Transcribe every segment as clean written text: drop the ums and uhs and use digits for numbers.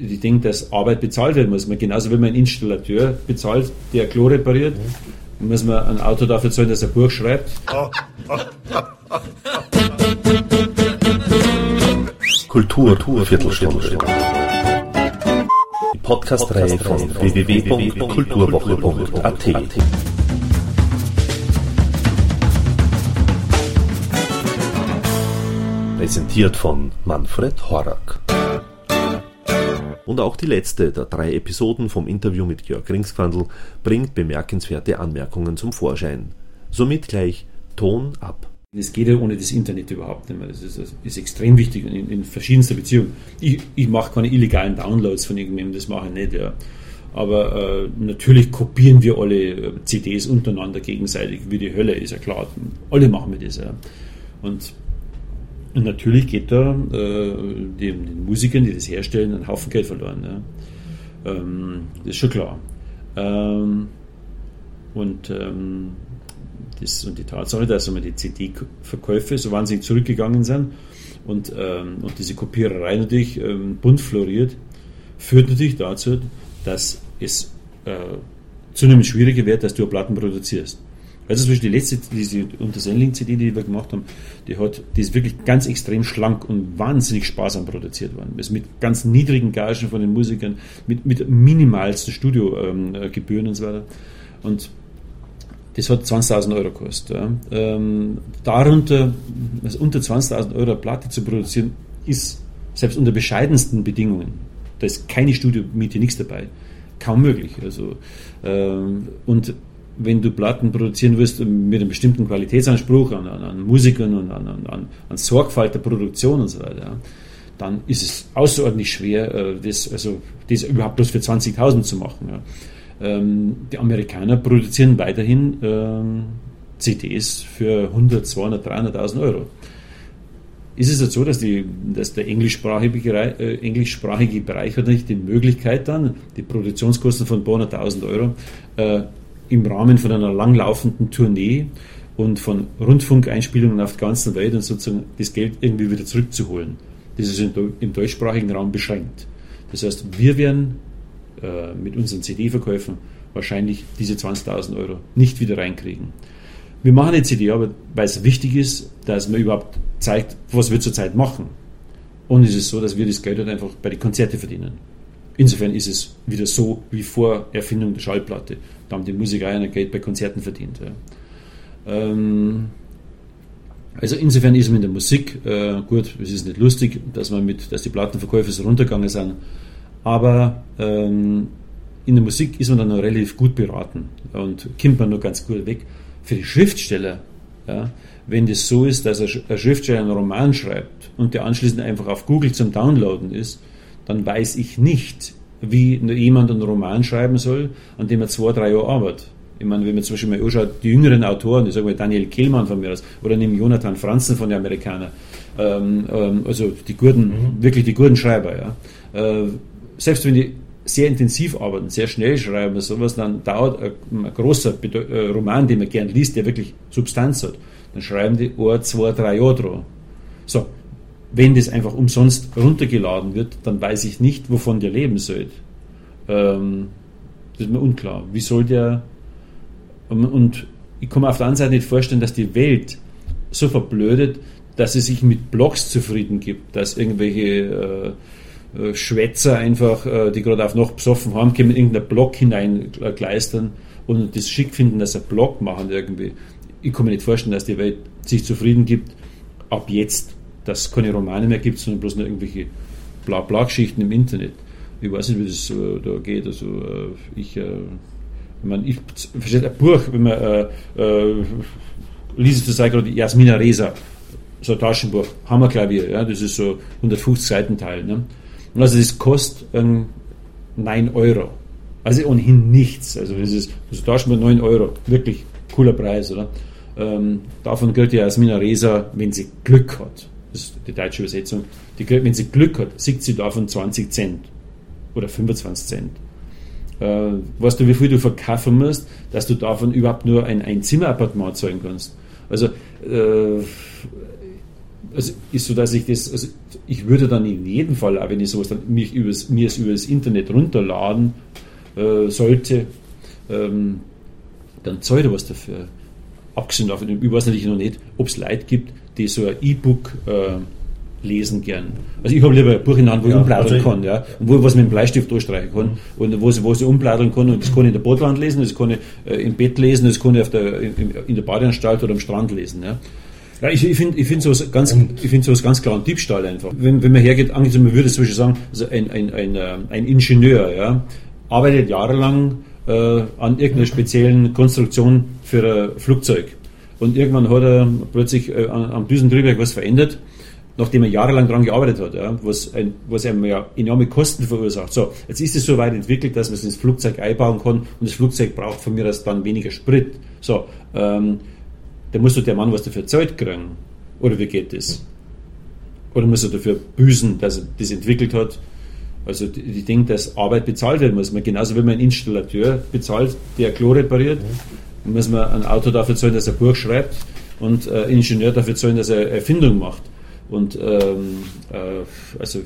ich denke, dass Arbeit bezahlt werden muss. Genauso wie man einen Installateur bezahlt, der ein Klo repariert, muss man ein Auto dafür zahlen, dass er ein Buch schreibt. Viertelstunde. Die Podcast-Reihe von www.kulturwoche.at. Präsentiert von Manfred Horak. Und auch die letzte der 3 Episoden vom Interview mit Georg Ringsgwandl bringt bemerkenswerte Anmerkungen zum Vorschein. Somit gleich Ton ab. Das geht ja ohne das Internet überhaupt nicht mehr. Das ist extrem wichtig in verschiedenster Beziehung. Ich mache keine illegalen Downloads von irgendjemandem, das mache ich nicht. Ja. Aber natürlich kopieren wir alle CDs untereinander gegenseitig wie die Hölle, ist ja klar. Alle machen wir das. Ja. Und natürlich geht da den Musikern, die das herstellen, einen Haufen Geld verloren. Ja. Das ist schon klar. Und die Tatsache, dass die CD-Verkäufe so wahnsinnig zurückgegangen sind und diese Kopiererei natürlich bunt floriert, führt natürlich dazu, dass es zunehmend schwieriger wird, dass du Platten produzierst. Also zum Beispiel die letzte, diese Unter-Sendling-CD, die wir gemacht haben, die ist wirklich ganz extrem schlank und wahnsinnig sparsam produziert worden. Das mit ganz niedrigen Gagen von den Musikern, mit minimalsten Studiogebühren und so weiter. Und das hat 20.000 Euro gekostet. Ja. Darunter, also unter 20.000 Euro eine Platte zu produzieren, ist selbst unter bescheidensten Bedingungen, da ist keine Studiomiete, nichts dabei, kaum möglich. Also, und wenn du Platten produzieren willst mit einem bestimmten Qualitätsanspruch an Musikern und an Sorgfalt der Produktion und so weiter, ja, dann ist es außerordentlich schwer, das überhaupt bloß für 20.000 zu machen. Ja. Die Amerikaner produzieren weiterhin CDs für 100, 200, 300.000 Euro. Ist es jetzt so, dass der englischsprachige Bereich hat nicht die Möglichkeit dann, die Produktionskosten von 200.000 Euro im Rahmen von einer langlaufenden Tournee und von Rundfunkeinspielungen auf der ganzen Welt und sozusagen das Geld irgendwie wieder zurückzuholen. Das ist im deutschsprachigen Raum beschränkt. Das heißt, wir werden mit unseren CD-Verkäufen wahrscheinlich diese 20.000 Euro nicht wieder reinkriegen. Wir machen eine CD, aber weil es wichtig ist, dass man überhaupt zeigt, was wir zurzeit machen. Und es ist so, dass wir das Geld halt einfach bei den Konzerten verdienen. Insofern ist es wieder so wie vor Erfindung der Schallplatte. Da haben die Musiker auch Geld bei Konzerten verdient. Ja. Also insofern ist man in der Musik, gut, es ist nicht lustig, dass die Plattenverkäufe so runtergegangen sind, aber in der Musik ist man dann noch relativ gut beraten und kommt man noch ganz gut weg. Für die Schriftsteller, ja, wenn das so ist, dass ein Schriftsteller einen Roman schreibt und der anschließend einfach auf Google zum Downloaden ist, dann weiß ich nicht, wie jemand einen Roman schreiben soll, an dem er 2-3 Jahre arbeitet. Ich meine, wenn man zum Beispiel mal anschaut, die jüngeren Autoren, ich sage mal Daniel Kehlmann von mir aus, oder neben Jonathan Franzen von den Amerikanern, also die guten, wirklich die guten Schreiber, ja. Selbst wenn die sehr intensiv arbeiten, sehr schnell schreiben, sowas, dann dauert ein großer Roman, den man gern liest, der wirklich Substanz hat, dann schreiben die 1, 2, 3 Jahre dran. So, wenn das einfach umsonst runtergeladen wird, dann weiß ich nicht, wovon der leben soll. Das ist mir unklar. Wie soll der... Und ich kann mir auf der anderen Seite nicht vorstellen, dass die Welt so verblödet, dass sie sich mit Blogs zufrieden gibt, dass irgendwelche Schwätzer einfach, die gerade auf noch besoffen haben, können in irgendeinen Blog hineingleistern und das schick finden, dass sie einen Blog machen irgendwie. Ich kann mir nicht vorstellen, dass die Welt sich zufrieden gibt, ab jetzt, dass es keine Romane mehr gibt, sondern bloß nur irgendwelche Bla-Bla-Geschichten im Internet. Ich weiß nicht, wie das da geht. Also ich verstehe ein Buch, wenn man liest es gerade Jasmina Reza, so ein Taschenbuch, Hammerklavier, ja, das ist so 150 Seitenteil. Ne? Und also das kostet 9 Euro. Also ohnehin nichts. Also das ist ein Taschenbuch 9 Euro. Wirklich cooler Preis, oder? Davon gilt ja Jasmina Reza, wenn sie Glück hat. Das ist die deutsche Übersetzung. Wenn sie Glück hat, sieht sie davon 20 Cent oder 25 Cent. Weißt du, wie viel du verkaufen musst, dass du davon überhaupt nur ein Zimmerappartement zahlen kannst? Also also ist so, dass ich würde dann in jedem Fall, auch wenn ich sowas dann mir es über das Internet runterladen sollte, dann zahle ich was dafür. Abgesehen davon, ich weiß natürlich noch nicht, ob es Leute gibt, die so ein E-Book lesen gern. Also ich habe lieber ein Buch in der Hand, wo ich umblättern kann, ja, und was ich mit dem Bleistift durchstreichen kann, und wo ich umblättern kann, und das kann ich in der Badwand lesen, das kann ich im Bett lesen, das kann ich in der Badeanstalt oder am Strand lesen, ja. Ja, ich finde sowas ganz klar ein Diebstahl einfach. Wenn man hergeht, angenommen, man würde zum Beispiel sagen, also ein Ingenieur, ja, arbeitet jahrelang an irgendeiner speziellen Konstruktion für ein Flugzeug. Und irgendwann hat er plötzlich am Düsentriebwerk was verändert, nachdem er jahrelang daran gearbeitet hat, ja, was einem ja enorme Kosten verursacht. So, jetzt ist es so weit entwickelt, dass man es ins Flugzeug einbauen kann, und das Flugzeug braucht von mir aus dann weniger Sprit. So, da muss doch der Mann was dafür Zeit kriegen. Oder wie geht das? Oder muss er dafür büßen, dass er das entwickelt hat? Also ich denke, dass Arbeit bezahlt werden muss. Genauso wie man einen Installateur bezahlt, der Klo repariert, muss man ein Auto dafür zahlen, dass er ein Buch schreibt, und einen Ingenieur dafür zahlen, dass er Erfindung macht. Und das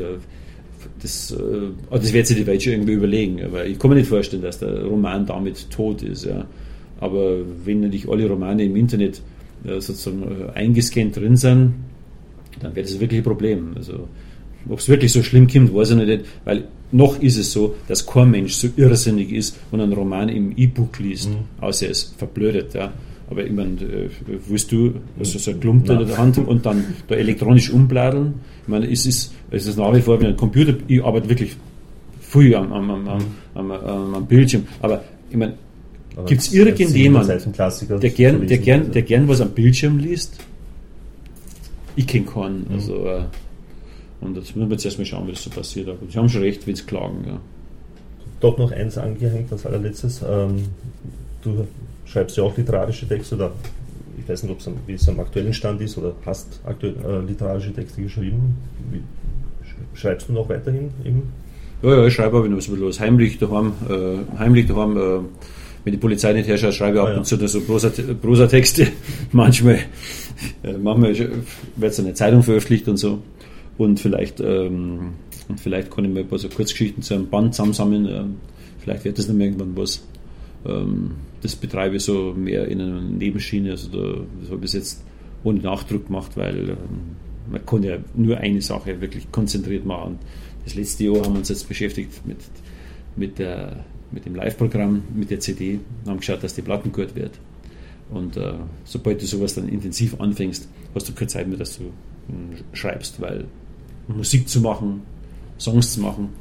wird sich die Welt schon irgendwie überlegen. Aber ich kann mir nicht vorstellen, dass der Roman damit tot ist. Ja. Aber wenn nicht alle Romane im Internet sozusagen eingescannt drin sind, dann wäre das wirklich ein Problem. Also, ob es wirklich so schlimm kommt, weiß ich nicht, weil noch ist es so, dass kein Mensch so irrsinnig ist und einen Roman im E-Book liest, außer er ist verblödet. Ja. Aber ich meine, willst du so ein Klump in der Hand und dann da elektronisch umblättern? Ich meine, es ist nach wie vor wie ein Computer, ich arbeite wirklich viel am Bildschirm, aber ich meine, gibt es irgendjemanden, der gern was am Bildschirm liest? Ich kenne keinen. Also, und das müssen wir jetzt erstmal schauen, wie das so passiert. Aber sie haben schon recht, wenn sie klagen. Ja. Doch noch eins angehängt als allerletztes. Du schreibst ja auch literarische Texte, oder ich weiß nicht, wie es am aktuellen Stand ist, oder hast aktuell literarische Texte geschrieben. Schreibst du noch weiterhin? Ja, ich schreibe aber noch ein bisschen was. Heimlich daheim, wenn die Polizei nicht herschaut, schreibe ich ab und zu so Prosatexte. Manchmal wird es in der Zeitung veröffentlicht und so. Und vielleicht kann ich mal ein paar so Kurzgeschichten zu einem Band zusammensammeln. Vielleicht wird das dann irgendwann was. Das betreibe ich so mehr in einer Nebenschiene. Also das habe ich bis jetzt ohne Nachdruck gemacht, weil man kann ja nur eine Sache wirklich konzentriert machen. Das letzte Jahr haben wir uns jetzt beschäftigt mit dem Live-Programm, mit der CD, haben geschaut, dass die Platten gut wird. Und sobald du sowas dann intensiv anfängst, hast du keine Zeit mehr, dass du schreibst, weil Musik zu machen, Songs zu machen,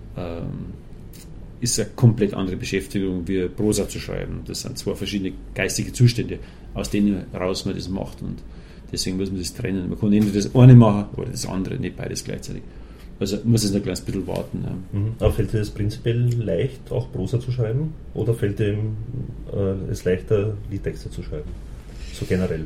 ist eine komplett andere Beschäftigung wie Prosa zu schreiben. Das sind zwei verschiedene geistige Zustände, aus denen heraus man das macht. Und deswegen muss man das trennen. Man kann entweder das eine machen oder das andere, nicht beides gleichzeitig. Also muss es ein kleines bisschen warten. Ja. Aber fällt dir das prinzipiell leicht, auch Prosa zu schreiben? Oder fällt dir es leichter, Liedtexte zu schreiben? So generell.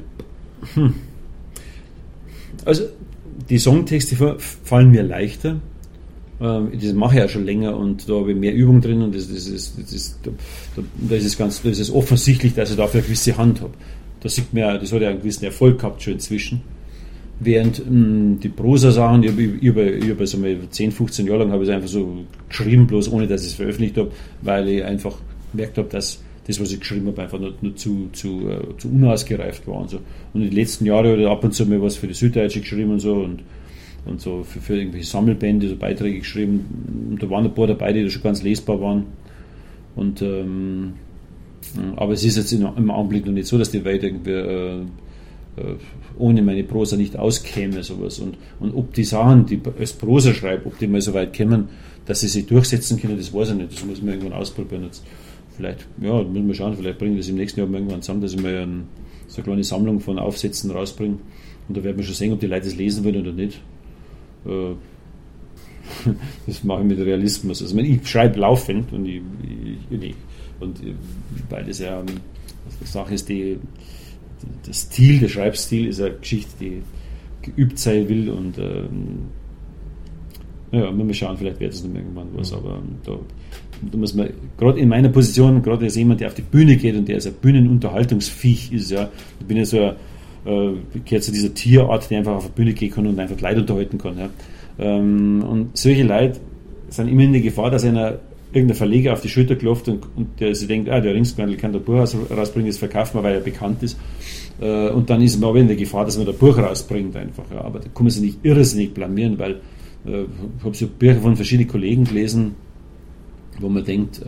Also die Songtexte fallen mir leichter. Das mache ich ja schon länger und da habe ich mehr Übung drin, und da ist es offensichtlich, dass ich dafür eine gewisse Hand habe. Das hat ja einen gewissen Erfolg gehabt schon inzwischen. Während die Prosa-Sachen, ich habe so mal 10, 15 Jahre lang habe ich es einfach so geschrieben, bloß ohne dass ich es veröffentlicht habe, weil ich einfach gemerkt habe, dass das, was ich geschrieben habe, einfach nur zu unausgereift war und so. Und in den letzten Jahren habe ich ab und zu mal was für die Süddeutsche geschrieben und so und so für irgendwelche Sammelbände, so Beiträge geschrieben. Und da waren ein paar dabei, die da schon ganz lesbar waren. Und aber es ist jetzt im Augenblick noch nicht so, dass die Welt irgendwie ohne meine Prosa nicht auskäme, sowas. Und ob die Sachen, die als Prosa schreibe, ob die mal so weit kommen, dass sie sich durchsetzen können, das weiß ich nicht. Das muss man irgendwann ausprobieren. Jetzt vielleicht, ja, müssen wir schauen, vielleicht bringen wir das im nächsten Jahr irgendwann zusammen, dass ich mal so eine kleine Sammlung von Aufsätzen rausbringe. Und da werden wir schon sehen, ob die Leute das lesen wollen oder nicht. Das mache ich mit Realismus. Also ich schreibe laufend und weil das ja eine Sache ist, der Schreibstil ist eine Geschichte, die geübt sein will, und müssen wir schauen, vielleicht wird es noch irgendwann was, aber da muss man, gerade in meiner Position, gerade als jemand, der auf die Bühne geht und der so ein Bühnenunterhaltungsviech ist, ja, ich bin ja so gehört zu dieser Tierart, die einfach auf die Bühne gehen kann und einfach Leute unterhalten kann. Ja. Und solche Leute sind immer in der Gefahr, dass einer irgendein Verleger auf die Schulter klopft und der sich denkt, der Ringsquandl kann da Buch rausbringen, das verkauft man, weil er bekannt ist. Und dann ist man aber in der Gefahr, dass man da Buch rausbringt einfach. Ja. Aber da kann man sich nicht irrsinnig blamieren, weil ich habe so Bücher von verschiedenen Kollegen gelesen, wo man denkt,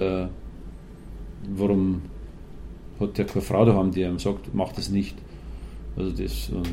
warum hat der keine Frau daheim, die ihm sagt, mach das nicht. Also das und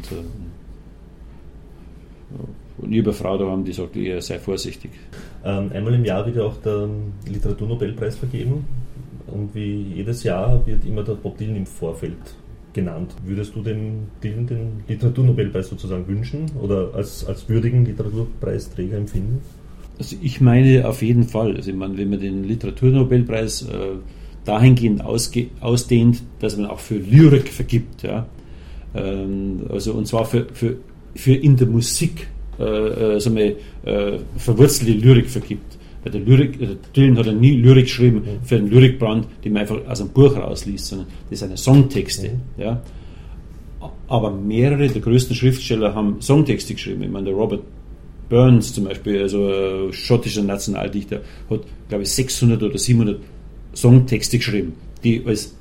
ich habe eine Frau daheim, die sagt, sei vorsichtig. Einmal im Jahr wird ja auch der Literaturnobelpreis vergeben und wie jedes Jahr wird immer der Bob Dylan im Vorfeld genannt. Würdest du dem Dylan den Literaturnobelpreis sozusagen wünschen oder als würdigen Literaturpreisträger empfinden? Also ich meine auf jeden Fall. Also ich meine, wenn man den Literaturnobelpreis dahingehend ausdehnt, dass man auch für Lyrik vergibt, ja. Also und zwar für in der Musik verwurzelte Lyrik vergibt. Weil der Dylan hat ja nie Lyrik geschrieben für einen Lyrikbrand, den man einfach aus einem Buch rausliest, sondern das sind Songtexte. Ja. Aber mehrere der größten Schriftsteller haben Songtexte geschrieben. Ich meine, der Robert Burns zum Beispiel, also schottischer Nationaldichter, hat, glaube ich, 600 oder 700 Songtexte geschrieben, die als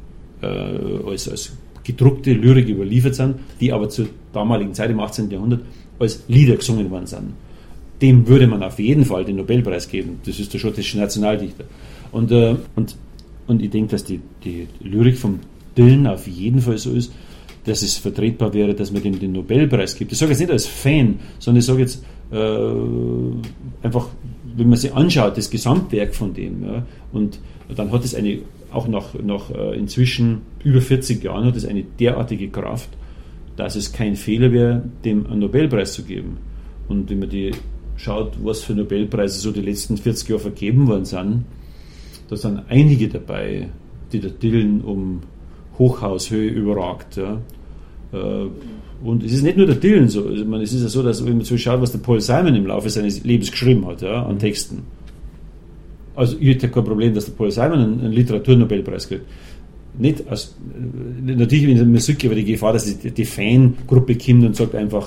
gedruckte Lyrik überliefert sind, die aber zur damaligen Zeit im 18. Jahrhundert als Lieder gesungen worden sind. Dem würde man auf jeden Fall den Nobelpreis geben. Das ist der schottische Nationaldichter. Und ich denke, dass die Lyrik vom Dylan auf jeden Fall so ist, dass es vertretbar wäre, dass man dem den Nobelpreis gibt. Ich sage jetzt nicht als Fan, sondern ich sage jetzt einfach, wenn man sich anschaut, das Gesamtwerk von dem. Ja, und dann hat es auch nach inzwischen über 40 Jahren hat es eine derartige Kraft, dass es kein Fehler wäre, dem einen Nobelpreis zu geben. Und wenn man schaut, was für Nobelpreise so die letzten 40 Jahre vergeben worden sind, da sind einige dabei, die der Dylan um Hochhaushöhe überragt. Ja. Und es ist nicht nur der Dylan so. Also, es ist ja so, dass wenn man so schaut, was der Paul Simon im Laufe seines Lebens geschrieben hat, ja, an Texten. Also ich hätte kein Problem, dass der Paul Simon einen Literaturnobelpreis kriegt. Natürlich in der Musik aber die Gefahr, dass die Fangruppe kommt und sagt einfach,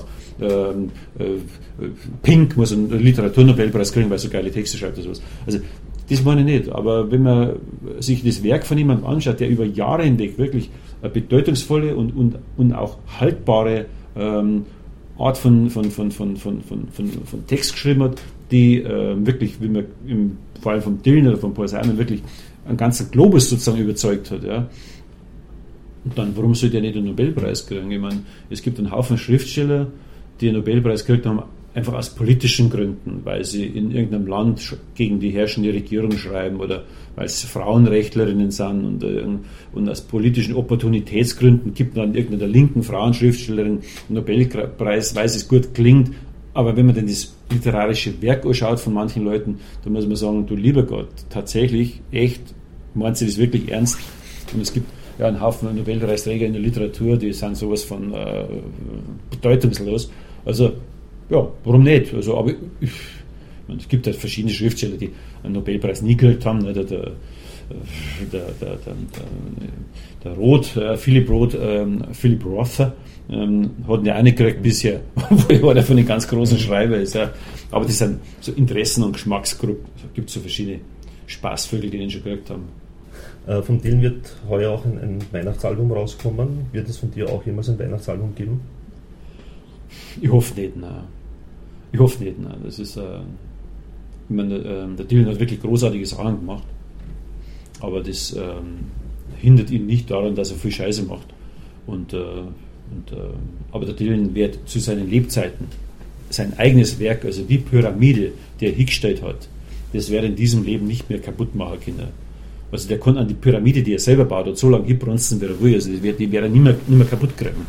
Pink muss einen Literaturnobelpreis kriegen, weil er so geile Texte schreibt oder sowas. Also das meine ich nicht, aber wenn man sich das Werk von jemandem anschaut, der über Jahre hinweg wirklich eine bedeutungsvolle und auch haltbare Art von Text geschrieben hat, die wirklich, wie man vor allem vom Dylan oder von Paul Simon wirklich einen ganzen Globus sozusagen überzeugt hat. Ja. Und dann, warum sollte er nicht einen Nobelpreis kriegen? Ich meine, es gibt einen Haufen Schriftsteller, die einen Nobelpreis gekriegt haben, einfach aus politischen Gründen, weil sie in irgendeinem Land gegen die herrschende Regierung schreiben oder weil sie Frauenrechtlerinnen sind und aus politischen Opportunitätsgründen gibt man dann irgendeiner linken Frauenschriftstellerin einen Nobelpreis, weil es gut klingt. Aber wenn man denn das literarische Werk anschaut von manchen Leuten, dann muss man sagen, du lieber Gott, tatsächlich, echt, meint sie das wirklich ernst? Und es gibt ja einen Haufen Nobelpreisträger in der Literatur, die sind sowas von bedeutungslos. Also, ja, warum nicht? Also, aber es gibt halt verschiedene Schriftsteller, die einen Nobelpreis nie gekriegt haben. Ne? Der Philip Roth, Philip Roth, hat ihn ja auch nicht gekriegt bisher, obwohl er von den ganz großen Schreiber ist. Ja. Aber das sind so Interessen- und Geschmacksgruppen. Es gibt so verschiedene Spaßvögel, die den schon gekriegt haben. Von Dylan wird heuer auch ein Weihnachtsalbum rauskommen. Wird es von dir auch jemals ein Weihnachtsalbum geben? Ich hoffe nicht, nein. Ich hoffe nicht, nein. Das ist, ich meine, der Dylan hat wirklich großartige Sachen gemacht, aber das hindert ihn nicht daran, dass er viel Scheiße macht. Aber der Dylan wird zu seinen Lebzeiten sein eigenes Werk, also die Pyramide, die er hingestellt hat, das wäre in diesem Leben nicht mehr kaputt machen können. Also der kann an die Pyramide, die er selber baut, und so lange hinbronzen, wie er will, also die wird er nicht mehr kaputt kriegen.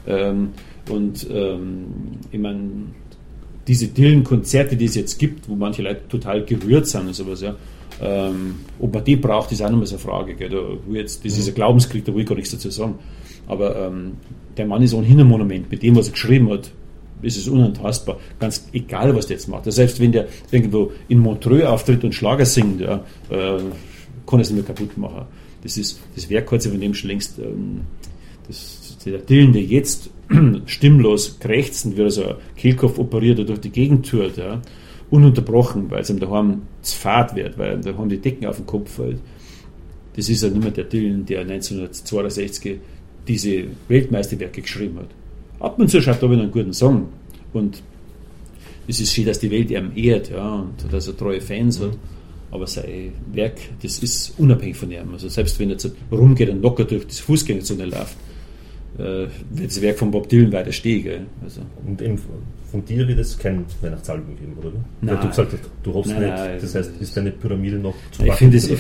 Ich meine, diese Dylan-Konzerte, die es jetzt gibt, wo manche Leute total gerührt sind und sowas, ja, ob man die braucht, ist auch nochmal so eine Frage. Gell? Das ist ein Glaubenskrieg, da will ich gar nichts dazu sagen. Aber der Mann ist ohnehin ein Monument. Mit dem, was er geschrieben hat, ist es unantastbar. Ganz egal, was der jetzt macht. Also selbst wenn der irgendwo in Montreux auftritt und Schlager singt, ja, kann er es nicht mehr kaputt machen. Das Werk hat sich von dem schon längst, der Dylan, der jetzt stimmlos krächzend, wie er so ein Kehlkopf operiert oder durch die Gegend tut, ja, ununterbrochen, weil es ihm daheim zu fad wird, weil ihm daheim die Decken auf den Kopf fällt. Das ist ja nicht mehr der Dylan, der 1962 diese Weltmeisterwerke geschrieben hat. Ab und zu schreibt er aber einen guten Song. Und es ist schön, dass die Welt ihm ehrt, ja, und dass er treue Fans hat. Aber sein Werk, das ist unabhängig von ihm. Also selbst wenn er jetzt rumgeht und locker durch das Fußgängerzone läuft, wird das Werk von Bob Dylan weiter stehen. Gell? Also. Und eben von dir wird es kein Weihnachtsalbum geben, oder? Nein. Weil du gesagt hast, du hoffst nicht. Nein, das heißt, ist deine Pyramide noch zu Ich finde es,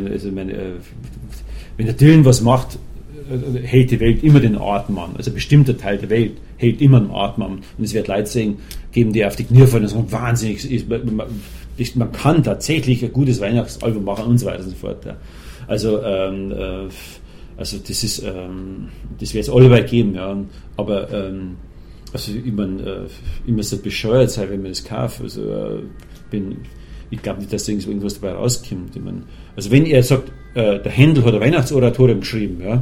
wenn der Dylan was macht, hält die Welt immer den Atem an. Also ein bestimmter Teil der Welt hält immer einen Atem an. Und es wird Leute sehen, geben die auf die Knie fallen und sagen, wahnsinnig, man kann tatsächlich ein gutes Weihnachtsalbum machen und so weiter und so fort. Ja. Also das ist, das wird es allebei geben, ja. Aber also ich muss nicht bescheuert sein, wenn man das kauft. Also ich glaube nicht, dass irgendwas dabei rauskommt. Ich mein, also wenn er sagt, der Händel hat ein Weihnachtsoratorium geschrieben, ja,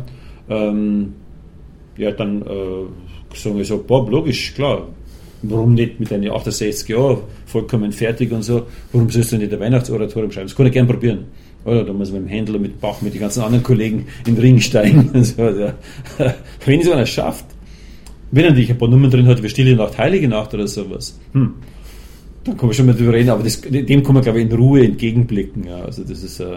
ja, dann sagen wir so, Bob, logisch, klar. Warum nicht mit deinen 68 Jahren vollkommen fertig und so? Warum sollst du nicht ein Weihnachtsoratorium schreiben? Das kann ich gerne probieren. Oder da muss man mit dem Händler, mit Bach, mit den ganzen anderen Kollegen in den Ring steigen. Und so, ja. Wenn es einer schafft, wenn er natürlich ein paar Nummern drin hat, wie Stille Nacht, Heilige Nacht oder sowas, dann kann man schon mal drüber reden, aber dem kann man, glaube ich, in Ruhe entgegenblicken. Ja. Also das ist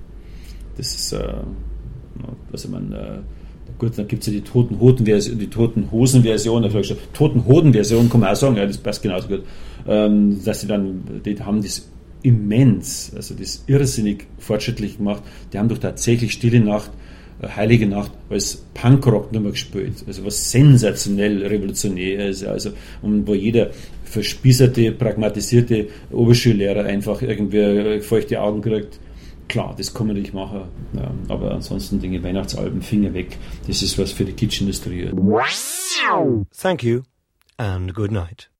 also gut, dann gibt es ja die Toten Hosen-Version, Toten Hoden-Version kann man auch sagen, ja, das passt genauso gut, dass die haben das immens, also das irrsinnig fortschrittlich gemacht, die haben doch tatsächlich Stille Nacht, Heilige Nacht als Punkrock-Nummer gespielt, also was sensationell revolutionär ist, also, und wo jeder verspießerte, pragmatisierte Oberschullehrer einfach irgendwie feuchte Augen kriegt. Klar, das kann man nicht machen, ja, aber ansonsten Dinge, Weihnachtsalben, Finger weg, das ist was für die Kitschindustrie. Thank you and good night.